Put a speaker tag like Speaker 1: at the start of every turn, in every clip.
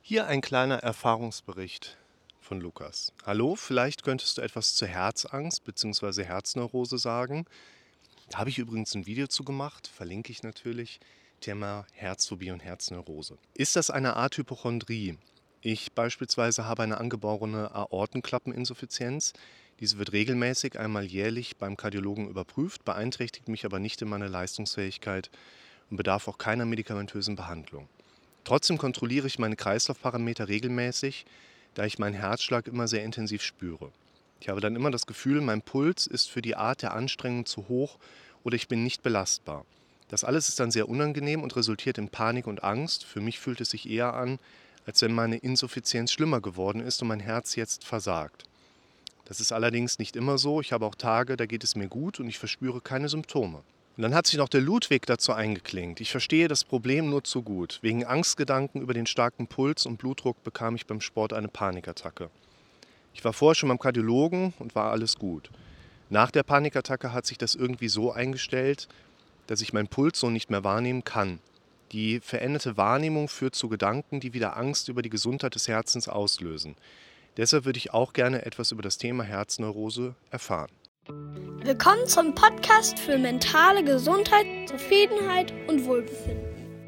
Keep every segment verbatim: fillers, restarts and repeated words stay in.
Speaker 1: Hier ein kleiner Erfahrungsbericht von Lukas. Hallo, vielleicht könntest du etwas zur Herzangst bzw. Herzneurose sagen. Da habe ich übrigens ein Video zu gemacht, verlinke ich natürlich. Thema Herzphobie und Herzneurose. Ist das eine Art Hypochondrie? Ich beispielsweise habe eine angeborene Aortenklappeninsuffizienz. Diese wird regelmäßig einmal jährlich beim Kardiologen überprüft, beeinträchtigt mich aber nicht in meiner Leistungsfähigkeit und bedarf auch keiner medikamentösen Behandlung. Trotzdem kontrolliere ich meine Kreislaufparameter regelmäßig, da ich meinen Herzschlag immer sehr intensiv spüre. Ich habe dann immer das Gefühl, mein Puls ist für die Art der Anstrengung zu hoch oder ich bin nicht belastbar. Das alles ist dann sehr unangenehm und resultiert in Panik und Angst. Für mich fühlt es sich eher an, als wenn meine Insuffizienz schlimmer geworden ist und mein Herz jetzt versagt. Das ist allerdings nicht immer so. Ich habe auch Tage, da geht es mir gut und ich verspüre keine Symptome. Und dann hat sich noch der Ludwig dazu eingeklinkt. Ich verstehe das Problem nur zu gut. Wegen Angstgedanken über den starken Puls und Blutdruck bekam ich beim Sport eine Panikattacke. Ich war vorher schon beim Kardiologen und war alles gut. Nach der Panikattacke hat sich das irgendwie so eingestellt, dass ich meinen Puls so nicht mehr wahrnehmen kann. Die veränderte Wahrnehmung führt zu Gedanken, die wieder Angst über die Gesundheit des Herzens auslösen. Deshalb würde ich auch gerne etwas über das Thema Herzneurose erfahren.
Speaker 2: Willkommen zum Podcast für mentale Gesundheit, Zufriedenheit und Wohlbefinden.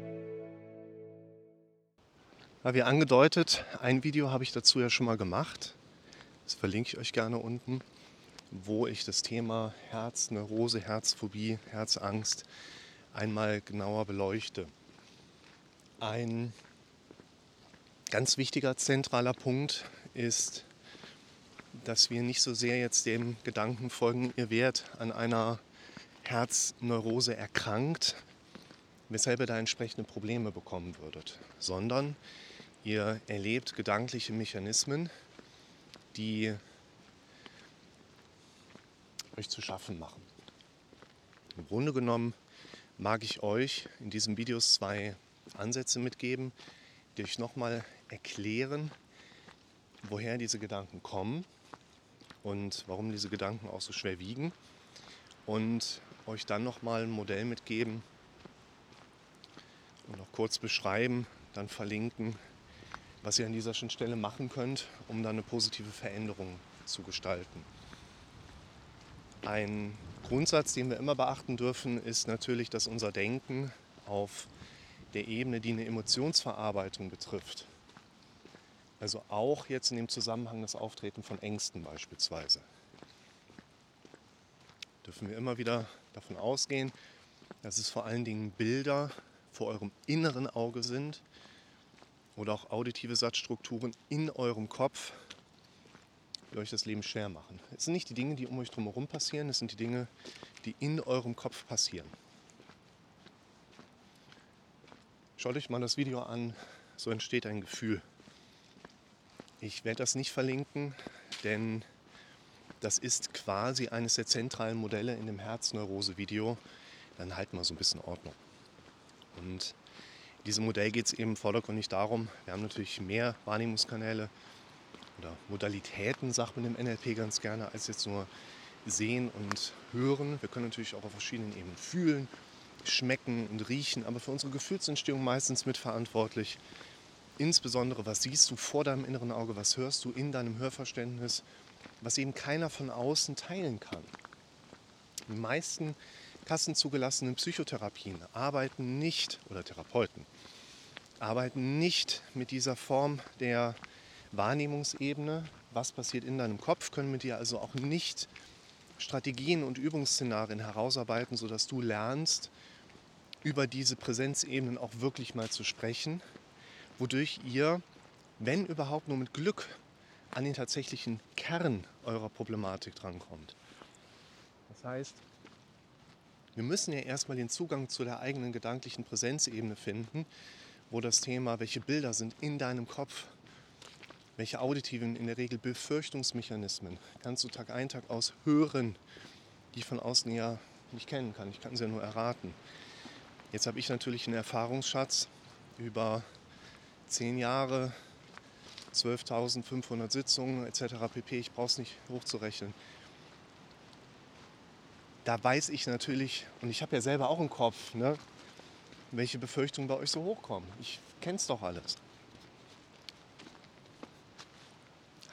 Speaker 1: Ja, wie angedeutet, ein Video habe ich dazu ja schon mal gemacht. Das verlinke ich euch gerne unten, wo ich das Thema Herzneurose, Herzphobie, Herzangst einmal genauer beleuchte. Ein ganz wichtiger, zentraler Punkt ist, dass wir nicht so sehr jetzt dem Gedanken folgen, ihr werdet an einer Herzneurose erkrankt, weshalb ihr da entsprechende Probleme bekommen würdet, sondern ihr erlebt gedankliche Mechanismen, die euch zu schaffen machen. Im Grunde genommen mag ich euch in diesen Videos zwei Ansätze mitgeben, die euch nochmal erklären, woher diese Gedanken kommen und warum diese Gedanken auch so schwer wiegen und euch dann nochmal ein Modell mitgeben und noch kurz beschreiben, dann verlinken, was ihr an dieser Stelle machen könnt, um dann eine positive Veränderung zu gestalten. Ein Grundsatz, den wir immer beachten dürfen, ist natürlich, dass unser Denken auf der Ebene, die eine Emotionsverarbeitung betrifft, also auch jetzt in dem Zusammenhang das Auftreten von Ängsten beispielsweise, dürfen wir immer wieder davon ausgehen, dass es vor allen Dingen Bilder vor eurem inneren Auge sind oder auch auditive Satzstrukturen in eurem Kopf, die euch das Leben schwer machen. Es sind nicht die Dinge, die um euch drumherum passieren, es sind die Dinge, die in eurem Kopf passieren. Schaut euch mal das Video an, so entsteht ein Gefühl. Ich werde das nicht verlinken, denn das ist quasi eines der zentralen Modelle in dem Herzneurose-Video. Dann halten wir so ein bisschen Ordnung. Und in diesem Modell geht es eben vordergründig darum, wir haben natürlich mehr Wahrnehmungskanäle oder Modalitäten, sagt man im N L P ganz gerne, als jetzt nur sehen und hören. Wir können natürlich auch auf verschiedenen Ebenen fühlen, schmecken und riechen, aber für unsere Gefühlsentstehung meistens mitverantwortlich. Insbesondere, was siehst du vor deinem inneren Auge, was hörst du in deinem Hörverständnis, was eben keiner von außen teilen kann. Die meisten kassenzugelassenen Psychotherapien arbeiten nicht, oder Therapeuten, arbeiten nicht mit dieser Form der Wahrnehmungsebene. Was passiert in deinem Kopf, können mit dir also auch nicht Strategien und Übungsszenarien herausarbeiten, sodass du lernst, über diese Präsenzebenen auch wirklich mal zu sprechen, wodurch ihr, wenn überhaupt nur mit Glück, an den tatsächlichen Kern eurer Problematik drankommt. Das heißt, wir müssen ja erstmal den Zugang zu der eigenen gedanklichen Präsenzebene finden, wo das Thema, welche Bilder sind in deinem Kopf, welche auditiven, in der Regel Befürchtungsmechanismen kannst du Tag ein, Tag aus hören, die ich von außen ja nicht kennen kann. Ich kann sie ja nur erraten. Jetzt habe ich natürlich einen Erfahrungsschatz über zehn Jahre, zwölftausendfünfhundert Sitzungen et cetera pp. Ich brauche es nicht hochzurechnen. Da weiß ich natürlich, und ich habe ja selber auch einen Kopf, ne, welche Befürchtungen bei euch so hochkommen. Ich kenne es doch alles.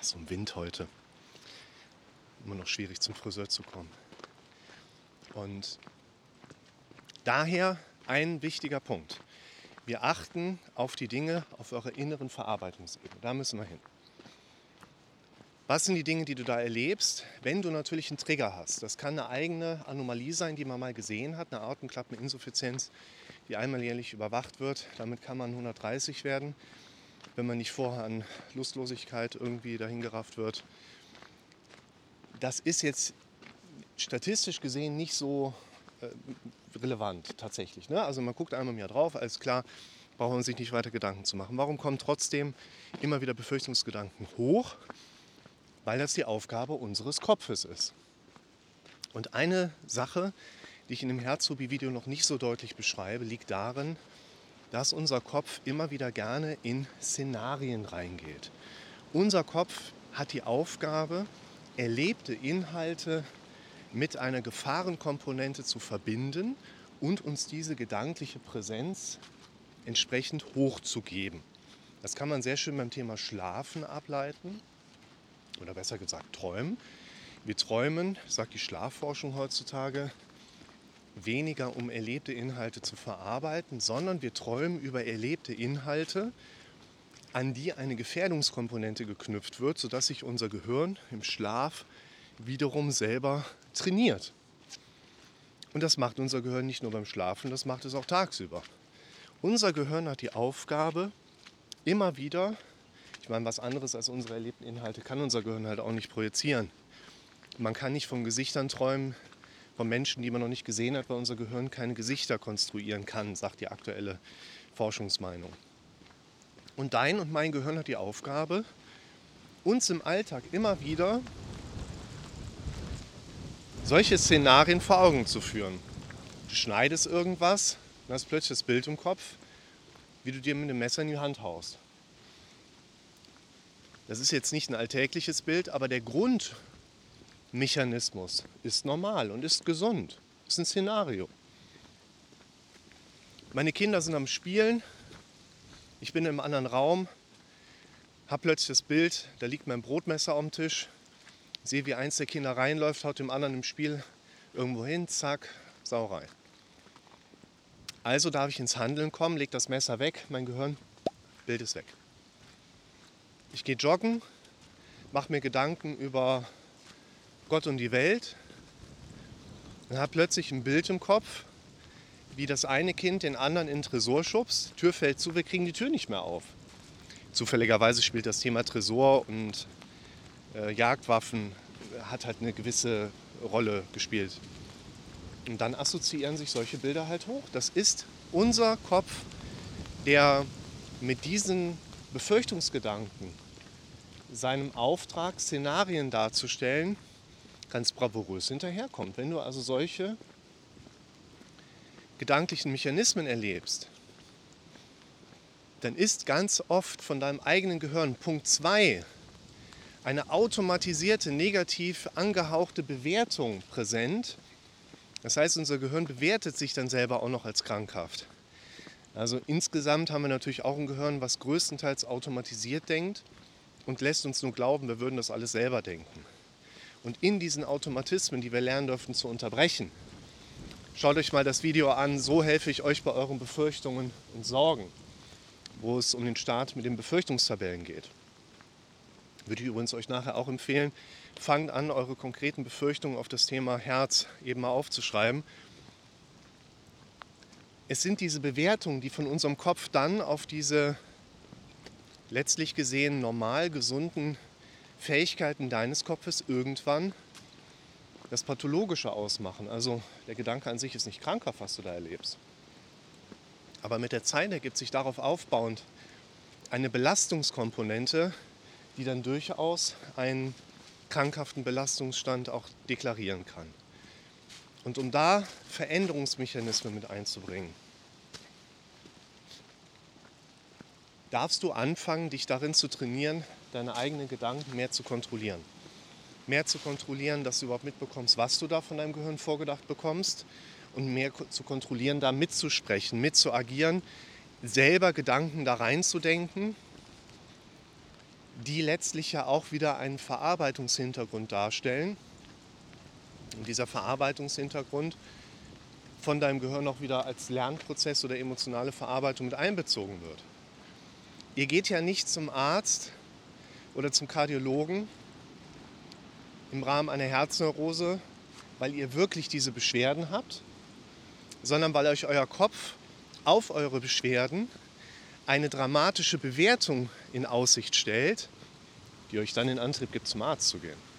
Speaker 1: So ein Wind heute. Immer noch schwierig zum Friseur zu kommen. Und daher ein wichtiger Punkt. Wir achten auf die Dinge auf eurer inneren Verarbeitungsebene. Da müssen wir hin. Was sind die Dinge, die du da erlebst, wenn du natürlich einen Trigger hast? Das kann eine eigene Anomalie sein, die man mal gesehen hat, eine Aortenklappeninsuffizienz, die einmal jährlich überwacht wird. Damit kann man hundertdreißig werden, wenn man nicht vorher an Lustlosigkeit irgendwie dahingerafft wird. Das ist jetzt statistisch gesehen nicht so äh, relevant tatsächlich. Ne? Also man guckt einmal im Jahr drauf, alles klar, braucht man sich nicht weiter Gedanken zu machen. Warum kommen trotzdem immer wieder Befürchtungsgedanken hoch? Weil das die Aufgabe unseres Kopfes ist. Und eine Sache, die ich in dem Herzhubi-Video noch nicht so deutlich beschreibe, liegt darin, dass unser Kopf immer wieder gerne in Szenarien reingeht. Unser Kopf hat die Aufgabe, erlebte Inhalte mit einer Gefahrenkomponente zu verbinden und uns diese gedankliche Präsenz entsprechend hochzugeben. Das kann man sehr schön beim Thema Schlafen ableiten. Oder besser gesagt träumen. Wir träumen, sagt die Schlafforschung heutzutage, weniger um erlebte Inhalte zu verarbeiten, sondern wir träumen über erlebte Inhalte, an die eine Gefährdungskomponente geknüpft wird, sodass sich unser Gehirn im Schlaf wiederum selber trainiert. Und das macht unser Gehirn nicht nur beim Schlafen, das macht es auch tagsüber. Unser Gehirn hat die Aufgabe, immer wieder, ich meine, was anderes als unsere erlebten Inhalte kann unser Gehirn halt auch nicht projizieren. Man kann nicht von Gesichtern träumen, von Menschen, die man noch nicht gesehen hat, weil unser Gehirn keine Gesichter konstruieren kann, sagt die aktuelle Forschungsmeinung. Und dein und mein Gehirn hat die Aufgabe, uns im Alltag immer wieder solche Szenarien vor Augen zu führen. Du schneidest irgendwas, dann hast plötzlich das Bild im Kopf, wie du dir mit einem Messer in die Hand haust. Das ist jetzt nicht ein alltägliches Bild, aber der Grundmechanismus ist normal und ist gesund. Ist ein Szenario. Meine Kinder sind am Spielen, ich bin im anderen Raum, habe plötzlich das Bild, da liegt mein Brotmesser am Tisch, sehe, wie eins der Kinder reinläuft, haut dem anderen im Spiel irgendwo hin, zack, Sauerei. Also darf ich ins Handeln kommen, leg das Messer weg, mein Gehirn, Bild ist weg. Ich gehe joggen, mache mir Gedanken über Gott und die Welt und habe plötzlich ein Bild im Kopf, wie das eine Kind den anderen in den Tresor schubst. Die Tür fällt zu, wir kriegen die Tür nicht mehr auf. Zufälligerweise spielt das Thema Tresor und äh, Jagdwaffen hat halt eine gewisse Rolle gespielt. Und dann assoziieren sich solche Bilder halt hoch. Das ist unser Kopf, der mit diesen Befürchtungsgedanken, seinem Auftrag, Szenarien darzustellen, ganz bravourös hinterherkommt. Wenn du also solche gedanklichen Mechanismen erlebst, dann ist ganz oft von deinem eigenen Gehirn Punkt zwei eine automatisierte, negativ angehauchte Bewertung präsent. Das heißt, unser Gehirn bewertet sich dann selber auch noch als krankhaft. Also insgesamt haben wir natürlich auch ein Gehirn, was größtenteils automatisiert denkt und lässt uns nur glauben, wir würden das alles selber denken. Und in diesen Automatismen, die wir lernen dürfen zu unterbrechen, schaut euch mal das Video an, so helfe ich euch bei euren Befürchtungen und Sorgen, wo es um den Start mit den Befürchtungstabellen geht. Würde ich übrigens euch nachher auch empfehlen, fangt an, eure konkreten Befürchtungen auf das Thema Herz eben mal aufzuschreiben. Es sind diese Bewertungen, die von unserem Kopf dann auf diese letztlich gesehen normal gesunden Fähigkeiten deines Kopfes irgendwann das Pathologische ausmachen. Also der Gedanke an sich ist nicht krankhaft, was du da erlebst. Aber mit der Zeit ergibt sich darauf aufbauend eine Belastungskomponente, die dann durchaus einen krankhaften Belastungsstand auch deklarieren kann. Und um da Veränderungsmechanismen mit einzubringen, darfst du anfangen, dich darin zu trainieren, deine eigenen Gedanken mehr zu kontrollieren. Mehr zu kontrollieren, dass du überhaupt mitbekommst, was du da von deinem Gehirn vorgedacht bekommst und mehr zu kontrollieren, da mitzusprechen, mitzuagieren, selber Gedanken da reinzudenken, die letztlich ja auch wieder einen Verarbeitungshintergrund darstellen. Und dieser Verarbeitungshintergrund von deinem Gehirn auch wieder als Lernprozess oder emotionale Verarbeitung mit einbezogen wird. Ihr geht ja nicht zum Arzt oder zum Kardiologen im Rahmen einer Herzneurose, weil ihr wirklich diese Beschwerden habt, sondern weil euch euer Kopf auf eure Beschwerden eine dramatische Bewertung in Aussicht stellt, die euch dann den Antrieb gibt, zum Arzt zu gehen.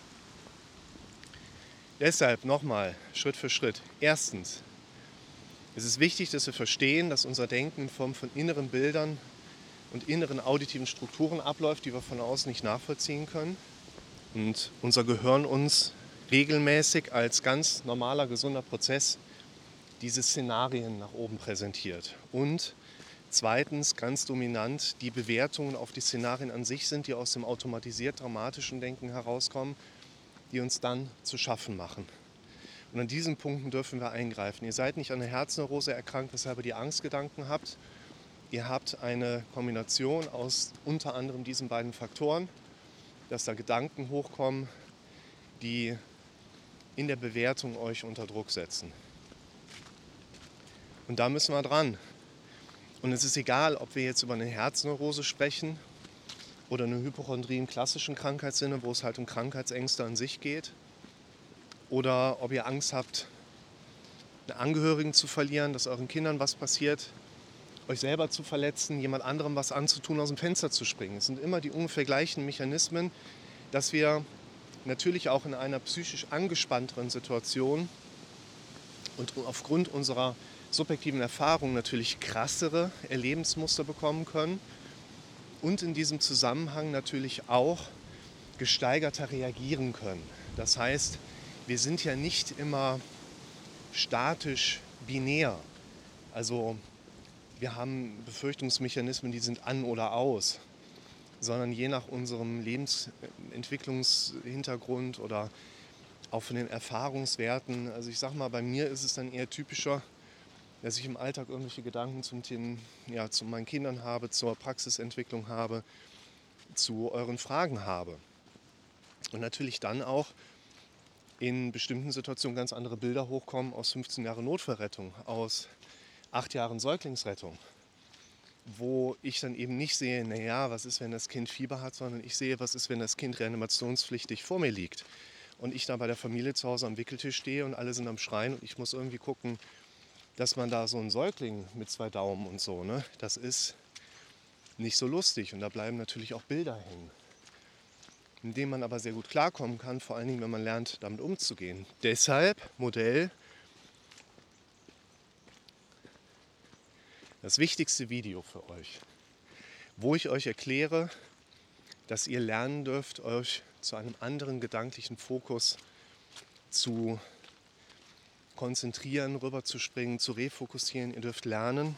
Speaker 1: Deshalb nochmal, Schritt für Schritt. Erstens, es ist wichtig, dass wir verstehen, dass unser Denken in Form von inneren Bildern und inneren auditiven Strukturen abläuft, die wir von außen nicht nachvollziehen können. Und unser Gehirn uns regelmäßig als ganz normaler, gesunder Prozess diese Szenarien nach oben präsentiert. Und zweitens, ganz dominant, die Bewertungen auf die Szenarien an sich sind, die aus dem automatisiert dramatischen Denken herauskommen, die uns dann zu schaffen machen. Und an diesen Punkten dürfen wir eingreifen. Ihr seid nicht an einer Herzneurose erkrankt, weshalb ihr die Angstgedanken habt. Ihr habt eine Kombination aus unter anderem diesen beiden Faktoren, dass da Gedanken hochkommen, die in der Bewertung euch unter Druck setzen. Und da müssen wir dran. Und es ist egal, ob wir jetzt über eine Herzneurose sprechen oder eine Hypochondrie im klassischen Krankheitssinne, wo es halt um Krankheitsängste an sich geht. Oder ob ihr Angst habt, einen Angehörigen zu verlieren, dass euren Kindern was passiert, euch selber zu verletzen, jemand anderem was anzutun, aus dem Fenster zu springen. Es sind immer die ungefähr gleichen Mechanismen, dass wir natürlich auch in einer psychisch angespannteren Situation und aufgrund unserer subjektiven Erfahrung natürlich krassere Erlebensmuster bekommen können und in diesem Zusammenhang natürlich auch gesteigerter reagieren können. Das heißt, wir sind ja nicht immer statisch binär. Also wir haben Befürchtungsmechanismen, die sind an oder aus, sondern je nach unserem Lebensentwicklungshintergrund oder auch von den Erfahrungswerten. Also ich sage mal, bei mir ist es dann eher typischer, dass ich im Alltag irgendwelche Gedanken zum Thema, ja, zu meinen Kindern habe, zur Praxisentwicklung habe, zu euren Fragen habe. Und natürlich dann auch in bestimmten Situationen ganz andere Bilder hochkommen aus fünfzehn Jahren Notfallrettung, aus acht Jahren Säuglingsrettung, wo ich dann eben nicht sehe, naja, was ist, wenn das Kind Fieber hat, sondern ich sehe, was ist, wenn das Kind reanimationspflichtig vor mir liegt und ich da bei der Familie zu Hause am Wickeltisch stehe und alle sind am Schreien und ich muss irgendwie gucken, dass man da so einen Säugling mit zwei Daumen und so, ne, das ist nicht so lustig und da bleiben natürlich auch Bilder hängen, in denen man aber sehr gut klarkommen kann, vor allen Dingen, wenn man lernt, damit umzugehen. Deshalb Modell, das wichtigste Video für euch, wo ich euch erkläre, dass ihr lernen dürft, euch zu einem anderen gedanklichen Fokus zu konzentrieren, rüberzuspringen, zu refokussieren. Ihr dürft lernen,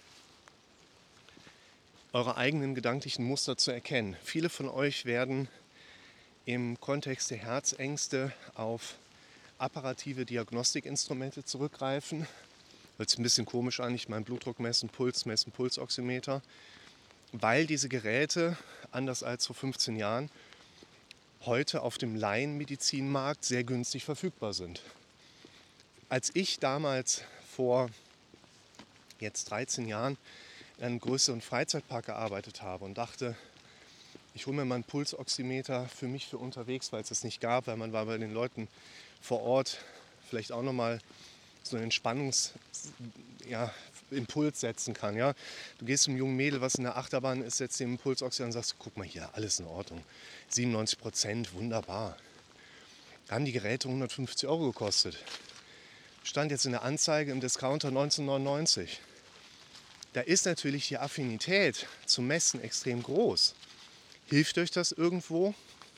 Speaker 1: eure eigenen gedanklichen Muster zu erkennen. Viele von euch werden im Kontext der Herzängste auf apparative Diagnostikinstrumente zurückgreifen. Hört sich ein bisschen komisch an, ich meine Blutdruck messen, Puls messen, Pulsoximeter, weil diese Geräte, anders als vor fünfzehn Jahren, heute auf dem Laienmedizinmarkt sehr günstig verfügbar sind. Als ich damals vor jetzt dreizehn Jahren in einem größeren Freizeitpark gearbeitet habe und dachte, ich hole mir mal einen Pulsoximeter für mich für unterwegs, weil es das nicht gab, weil man war bei den Leuten vor Ort vielleicht auch nochmal so einen Entspannungsimpuls ja, setzen kann. Ja? Du gehst zum jungen Mädel, was in der Achterbahn ist, setzt den Pulsoximeter und sagst, guck mal hier, alles in Ordnung. siebenundneunzig Prozent, wunderbar. Da haben die Geräte hundertfünfzig Euro gekostet. Stand jetzt in der Anzeige im Discounter neunzehnhundertneunundneunzig. Da ist natürlich die Affinität zum Messen extrem groß. Hilft euch das irgendwo?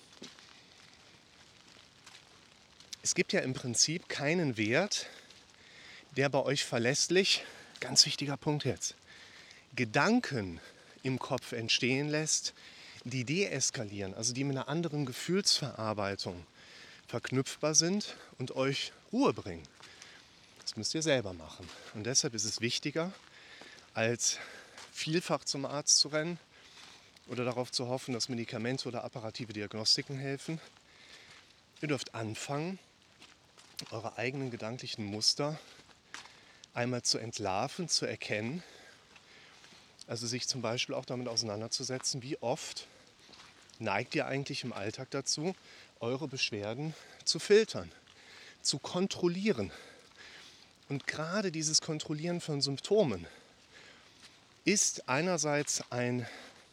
Speaker 1: Es gibt ja im Prinzip keinen Wert, der bei euch verlässlich, ganz wichtiger Punkt jetzt, Gedanken im Kopf entstehen lässt, die deeskalieren, also die mit einer anderen Gefühlsverarbeitung verknüpfbar sind und euch Ruhe bringen. Das müsst ihr selber machen. Und deshalb ist es wichtiger, als vielfach zum Arzt zu rennen oder darauf zu hoffen, dass Medikamente oder apparative Diagnostiken helfen. Ihr dürft anfangen, eure eigenen gedanklichen Muster einmal zu entlarven, zu erkennen. Also sich zum Beispiel auch damit auseinanderzusetzen, wie oft neigt ihr eigentlich im Alltag dazu, eure Beschwerden zu filtern, zu kontrollieren. Und gerade dieses Kontrollieren von Symptomen ist einerseits ein,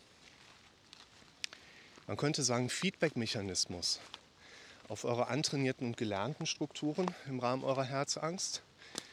Speaker 1: man könnte sagen, Feedback-Mechanismus auf eure antrainierten und gelernten Strukturen im Rahmen eurer Herzangst,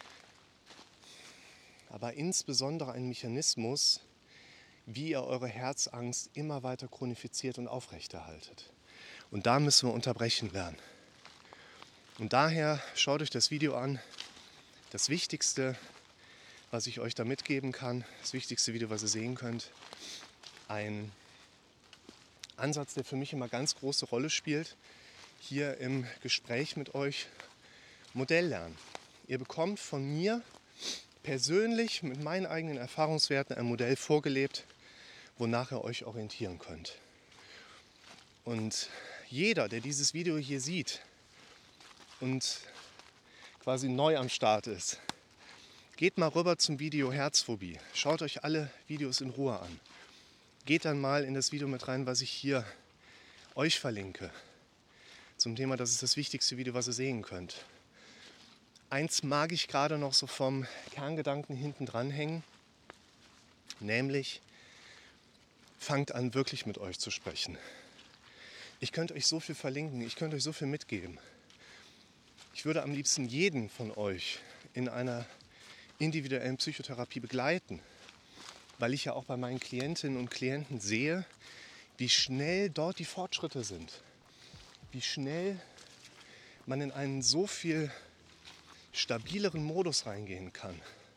Speaker 1: aber insbesondere ein Mechanismus, wie ihr eure Herzangst immer weiter chronifiziert und aufrechterhaltet. Und da müssen wir unterbrechen lernen. Und daher schaut euch das Video an. Das Wichtigste, was ich euch da mitgeben kann, das wichtigste Video, was ihr sehen könnt, ein Ansatz, der für mich immer ganz große Rolle spielt, hier im Gespräch mit euch, Modelllernen. Ihr bekommt von mir persönlich mit meinen eigenen Erfahrungswerten ein Modell vorgelebt, wonach ihr euch orientieren könnt. Und jeder, der dieses Video hier sieht und quasi neu am Start ist, geht mal rüber zum Video Herzphobie. Schaut euch alle Videos in Ruhe an. Geht dann mal in das Video mit rein, was ich hier euch verlinke. Zum Thema, das ist das wichtigste Video, was ihr sehen könnt. Eins mag ich gerade noch so vom Kerngedanken hinten dran hängen, nämlich fangt an, wirklich mit euch zu sprechen. Ich könnte euch so viel verlinken, ich könnte euch so viel mitgeben. Ich würde am liebsten jeden von euch in einer individuellen Psychotherapie begleiten, weil ich ja auch bei meinen Klientinnen und Klienten sehe, wie schnell dort die Fortschritte sind, wie schnell man in einen so viel stabileren Modus reingehen kann.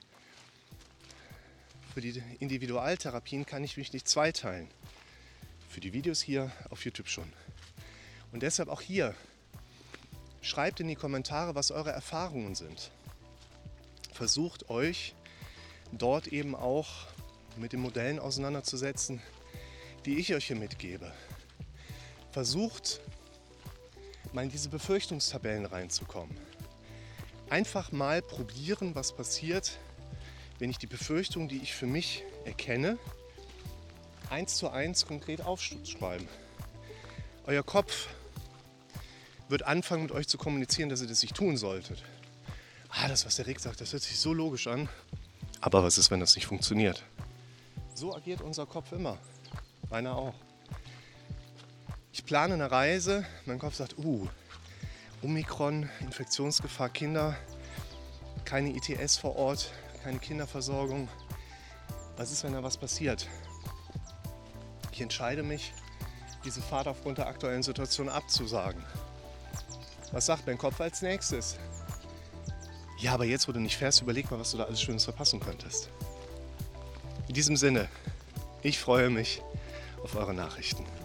Speaker 1: Für die Individualtherapien kann ich mich nicht zweiteilen. Für die Videos hier auf YouTube schon. Und deshalb auch hier, schreibt in die Kommentare, was eure Erfahrungen sind. Versucht euch dort eben auch mit den Modellen auseinanderzusetzen, die ich euch hier mitgebe. Versucht mal in diese Befürchtungstabellen reinzukommen. Einfach mal probieren, was passiert, wenn ich die Befürchtung, die ich für mich erkenne, eins zu eins konkret aufschreiben. Euer Kopf wird anfangen, mit euch zu kommunizieren, dass ihr das nicht tun solltet. Ah, das, was der Rick sagt, das hört sich so logisch an. Aber was ist, wenn das nicht funktioniert? So agiert unser Kopf immer. Meiner auch. Ich plane eine Reise, mein Kopf sagt, uh, Omikron, Infektionsgefahr Kinder, keine I T S vor Ort, keine Kinderversorgung. Was ist, wenn da was passiert? Ich entscheide mich, diese Fahrt aufgrund der aktuellen Situation abzusagen. Was sagt mein Kopf als nächstes? Ja, aber jetzt, wo du nicht fährst, überleg mal, was du da alles Schönes verpassen könntest. In diesem Sinne, ich freue mich auf eure Nachrichten.